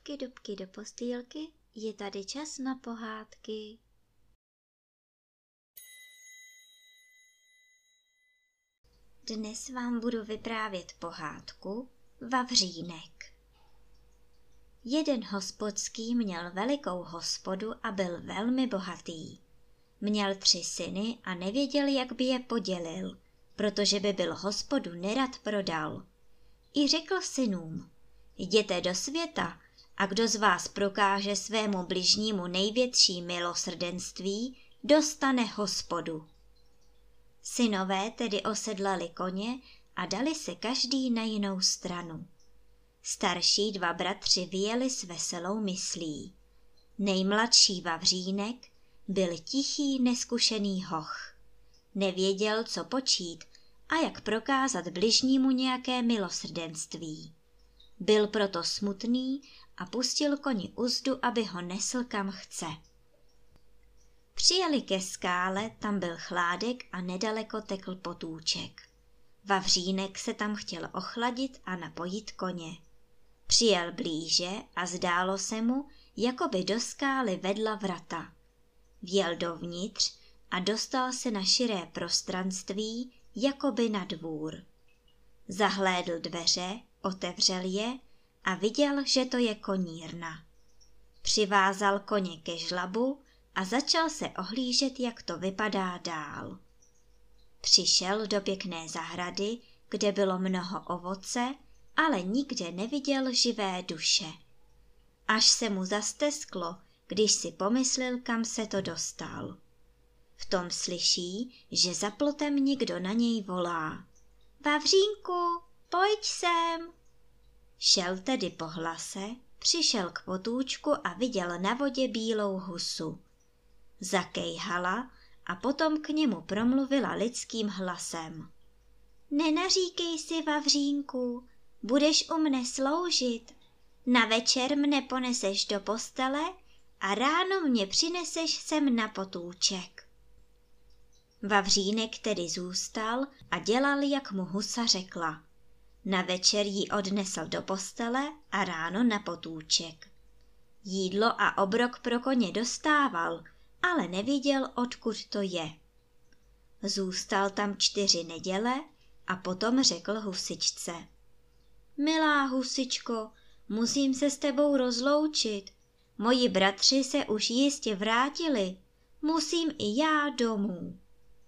dubky, dubky do postýlky, je tady čas na pohádky. Dnes vám budu vyprávět pohádku Vavřínek. Jeden hospodský měl velikou hospodu a byl velmi bohatý. Měl 3 syny a nevěděl, jak by je podělil, protože by byl hospodu nerad prodal. I řekl synům: jděte do světa a kdo z vás prokáže svému bližnímu největší milosrdenství, dostane hospodu. Synové tedy osedlali koně a dali se každý na jinou stranu. Starší 2 bratři vyjeli s veselou myslí. Nejmladší Vavřínek byl tichý, neskušený hoch. Nevěděl, co počít a jak prokázat bližnímu nějaké milosrdenství. Byl proto smutný a pustil koni uzdu, aby ho nesl kam chce. Přijeli ke skále, tam byl chládek a nedaleko tekl potůček. Vavřínek se tam chtěl ochladit a napojit koně. Přijel blíže a zdálo se mu, jako by do skály vedla vrata. Vjel dovnitř a dostal se na širé prostranství, jako by na dvůr. Zahlédl dveře, otevřel je a viděl, že to je konírna. Přivázal koně ke žlabu a začal se ohlížet, jak to vypadá dál. Přišel do pěkné zahrady, kde bylo mnoho ovoce, ale nikde neviděl živé duše. Až se mu zastesklo, když si pomyslel, kam se to dostal. V tom slyší, že za plotem někdo na něj volá: Vavřínku, pojď sem! Šel tedy po hlase, přišel k potůčku a viděl na vodě bílou husu. Zakejhala a potom k němu promluvila lidským hlasem: Nenaříkej si, Vavřínku, budeš u mne sloužit. Na večer mne poneseš do postele a ráno mě přineseš sem na potůček. Vavřínek tedy zůstal a dělal, jak mu husa řekla. Na večer ji odnesl do postele a ráno na potůček. Jídlo a obrok pro koně dostával, ale nevěděl, odkud to je. Zůstal tam 4 neděle a potom řekl husičce: Milá husičko, musím se s tebou rozloučit. Moji bratři se už jistě vrátili, musím i já domů.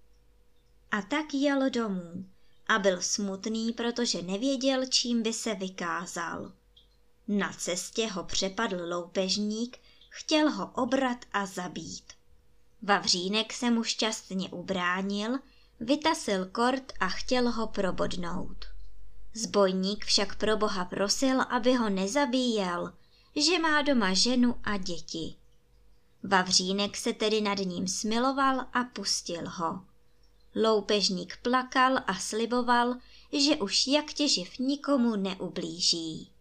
A tak jel domů a byl smutný, protože nevěděl, čím by se vykázal. Na cestě ho přepadl loupežník, chtěl ho obrat a zabít. Vavřínek se mu šťastně ubránil, vytasil kort a chtěl ho probodnout. Zbojník však pro Boha prosil, aby ho nezabíjel, že má doma ženu a děti. Vavřínek se tedy nad ním smiloval a pustil ho. Loupežník plakal a sliboval, že už jak těživ nikomu neublíží.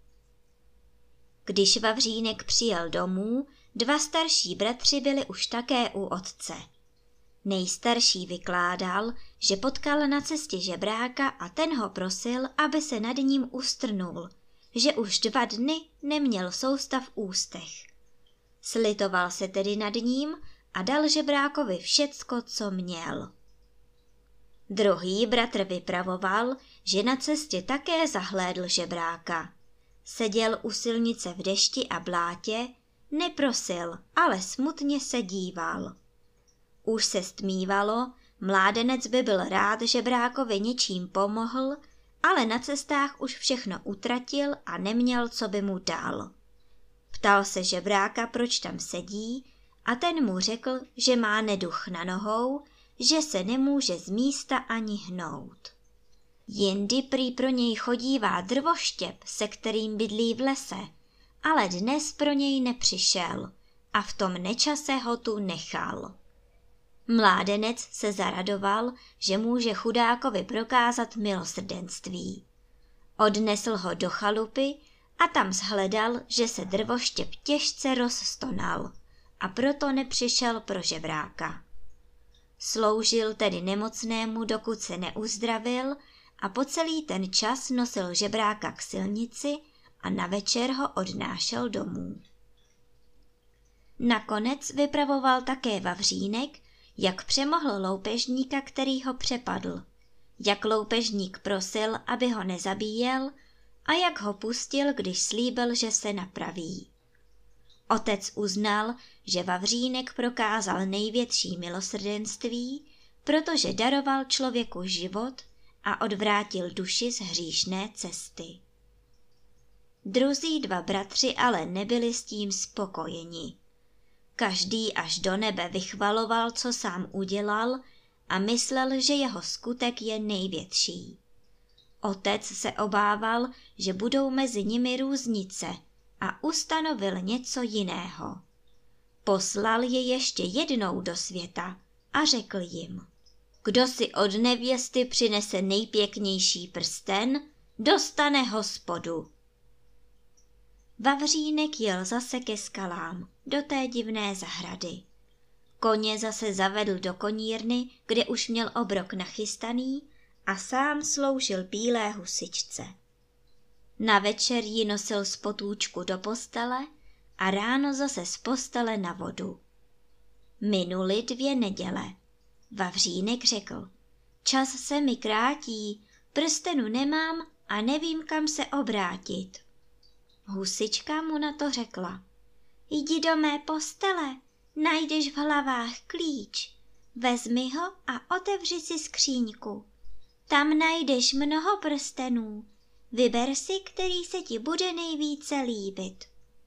Když Vavřínek přijel domů, 2 starší bratři byli už také u otce. Nejstarší vykládal, že potkal na cestě žebráka a ten ho prosil, aby se nad ním ustrnul, že už 2 dny neměl soustav v ústech. Slitoval se tedy nad ním a dal žebrákovi všecko, co měl. Druhý bratr vypravoval, že na cestě také zahlédl žebráka. Seděl u silnice v dešti a blátě, neprosil, ale smutně se díval. Už se stmívalo, mládenec by byl rád žebrákovi něčím pomohl, ale na cestách už všechno utratil a neměl, co by mu dal. Ptal se žebráka, proč tam sedí, a ten mu řekl, že má neduch na nohou, že se nemůže z místa ani hnout. Jindy prý pro něj chodívá drvoštěp, se kterým bydlí v lese, ale dnes pro něj nepřišel a v tom nečase ho tu nechal. Mládenec se zaradoval, že může chudákovi prokázat milosrdenství. Odnesl ho do chalupy a tam shledal, že se drvoštěp těžce rozstonal a proto nepřišel pro žebráka. Sloužil tedy nemocnému, dokud se neuzdravil, a po celý ten čas nosil žebráka k silnici a na večer ho odnášel domů. Nakonec vypravoval také Vavřínek, jak přemohl loupežníka, který ho přepadl, jak loupežník prosil, aby ho nezabíjel, a jak ho pustil, když slíbil, že se napraví. Otec uznal, že Vavřínek prokázal největší milosrdenství, protože daroval člověku život a odvrátil duši z hříšné cesty. Druzí dva bratři ale nebyli s tím spokojeni. Každý až do nebe vychvaloval, co sám udělal, a myslel, že jeho skutek je největší. Otec se obával, že budou mezi nimi různice, a ustanovil něco jiného. Poslal je ještě jednou do světa a řekl jim: kdo si od nevěsty přinese nejpěknější prsten, dostane hospodu. Vavřínek jel zase ke skalám, do té divné zahrady. Koně zase zavedl do konírny, kde už měl obrok nachystaný, a sám sloužil bílé husičce. Na večer ji nosil z potůčku do postele a ráno zase z postele na vodu. Minuly 2 neděle. Vavřínek řekl: čas se mi krátí, prstenu nemám a nevím, kam se obrátit. Husička mu na to řekla: jdi do mé postele, najdeš v hlavách klíč, vezmi ho a otevři si skříňku. Tam najdeš mnoho prstenů, vyber si, který se ti bude nejvíce líbit.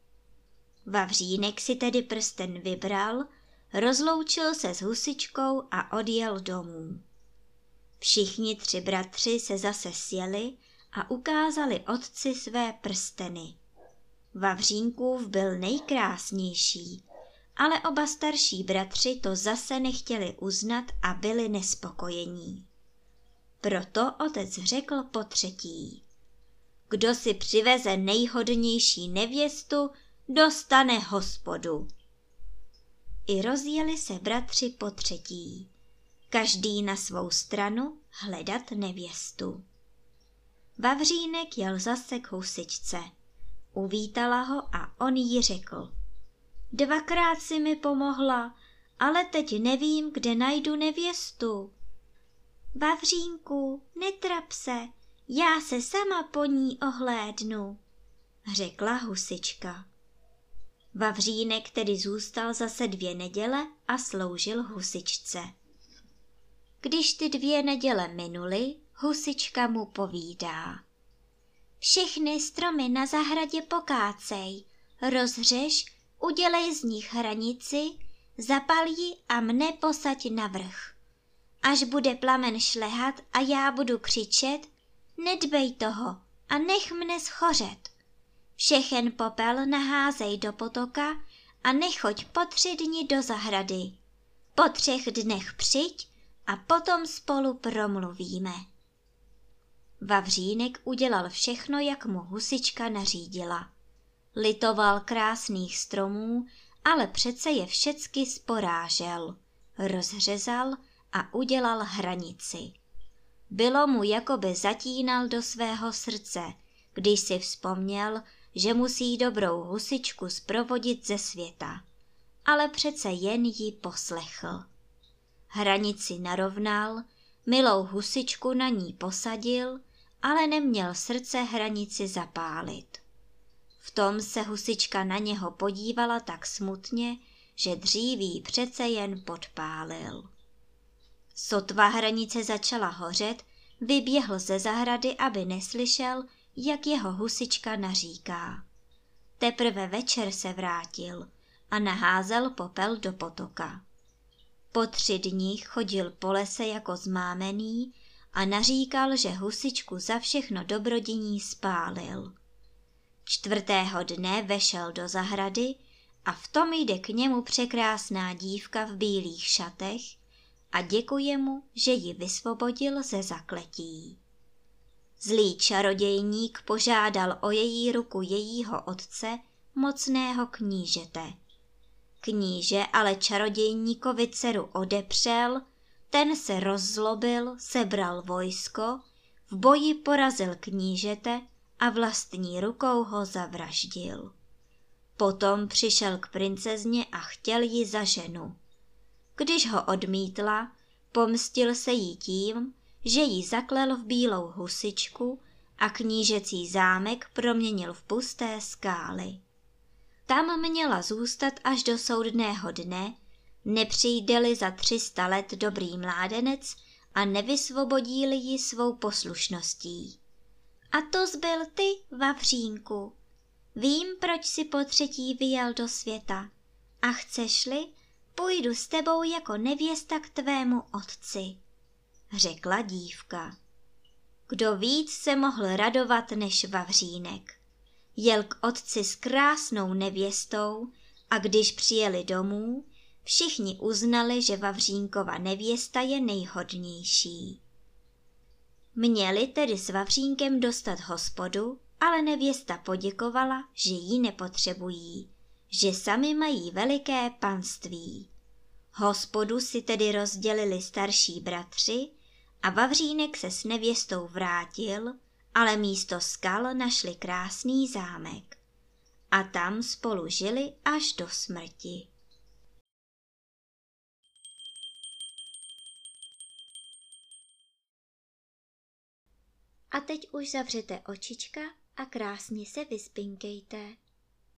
Vavřínek si tedy prsten vybral, rozloučil se s husičkou a odjel domů. Všichni 3 bratři se zase sjeli a ukázali otci své prsteny. Vavřínkův byl nejkrásnější, ale oba starší bratři to zase nechtěli uznat a byli nespokojení. Proto otec řekl potřetí: kdo si přiveze nejhodnější nevěstu, dostane hospodu. I rozjeli se bratři potřetí, každý na svou stranu hledat nevěstu. Vavřínek jel zase k husičce. Uvítala ho a on jí řekl: 2krát si mi pomohla, ale teď nevím, kde najdu nevěstu. Vavřínku, netrap se, já se sama po ní ohlédnu, řekla husička. Vavřínek tedy zůstal zase 2 neděle a sloužil husičce. Když ty 2 neděle minuly, husička mu povídá: všechny stromy na zahradě pokácej, rozřež, udělej z nich hranici, zapal ji a mne posaď na vrch. Až bude plamen šlehat a já budu křičet, nedbej toho a nech mne schořet. Všechen popel naházej do potoka a nechoď po 3 dny do zahrady. Po 3 dnech přijď a potom spolu promluvíme. Vavřínek udělal všechno, jak mu husička nařídila. Litoval krásných stromů, ale přece je všecky sporážel, rozřezal a udělal hranici. Bylo mu, jako by zatínal do svého srdce, když si vzpomněl, že musí dobrou husičku zprovodit ze světa, ale přece jen ji poslechl. Hranici narovnal, milou husičku na ní posadil, ale neměl srdce hranici zapálit. V tom se husička na něho podívala tak smutně, že dříví přece jen podpálil. Sotva hranice začala hořet, vyběhl ze zahrady, aby neslyšel, jak jeho husička naříká. Teprve večer se vrátil a naházel popel do potoka. Po 3 dní chodil po lese jako zmámený a naříkal, že husičku za všechno dobrodiní spálil. 4. dne vešel do zahrady a v tom jde k němu překrásná dívka v bílých šatech a děkuje mu, že ji vysvobodil ze zakletí. Zlý čarodějník požádal o její ruku jejího otce, mocného knížete. Kníže ale čarodějníkovi dceru odepřel, ten se rozzlobil, sebral vojsko, v boji porazil knížete a vlastní rukou ho zavraždil. Potom přišel k princezně a chtěl ji za ženu. Když ho odmítla, pomstil se jí tím, že ji zaklel v bílou husičku a knížecí zámek proměnil v pusté skály. Tam měla zůstat až do soudného dne, nepřijde-li za 300 let dobrý mládenec a nevysvobodí-li ji svou poslušností. A to zbyl ty, Vavřínku. Vím, proč si potřetí vyjel do světa. A chceš-li, půjdu s tebou jako nevěsta k tvému otci, řekla dívka. Kdo víc se mohl radovat než Vavřínek. Jel k otci s krásnou nevěstou a když přijeli domů, všichni uznali, že Vavřínkova nevěsta je nejhodnější. Měli tedy s Vavřínkem dostat hospodu, ale nevěsta poděkovala, že ji nepotřebují, že sami mají veliké panství. Hospodu si tedy rozdělili starší bratři a Vavřínek se s nevěstou vrátil, ale místo skal našli krásný zámek. A tam spolu žili až do smrti. A teď už zavřete očička a krásně se vyspinkejte.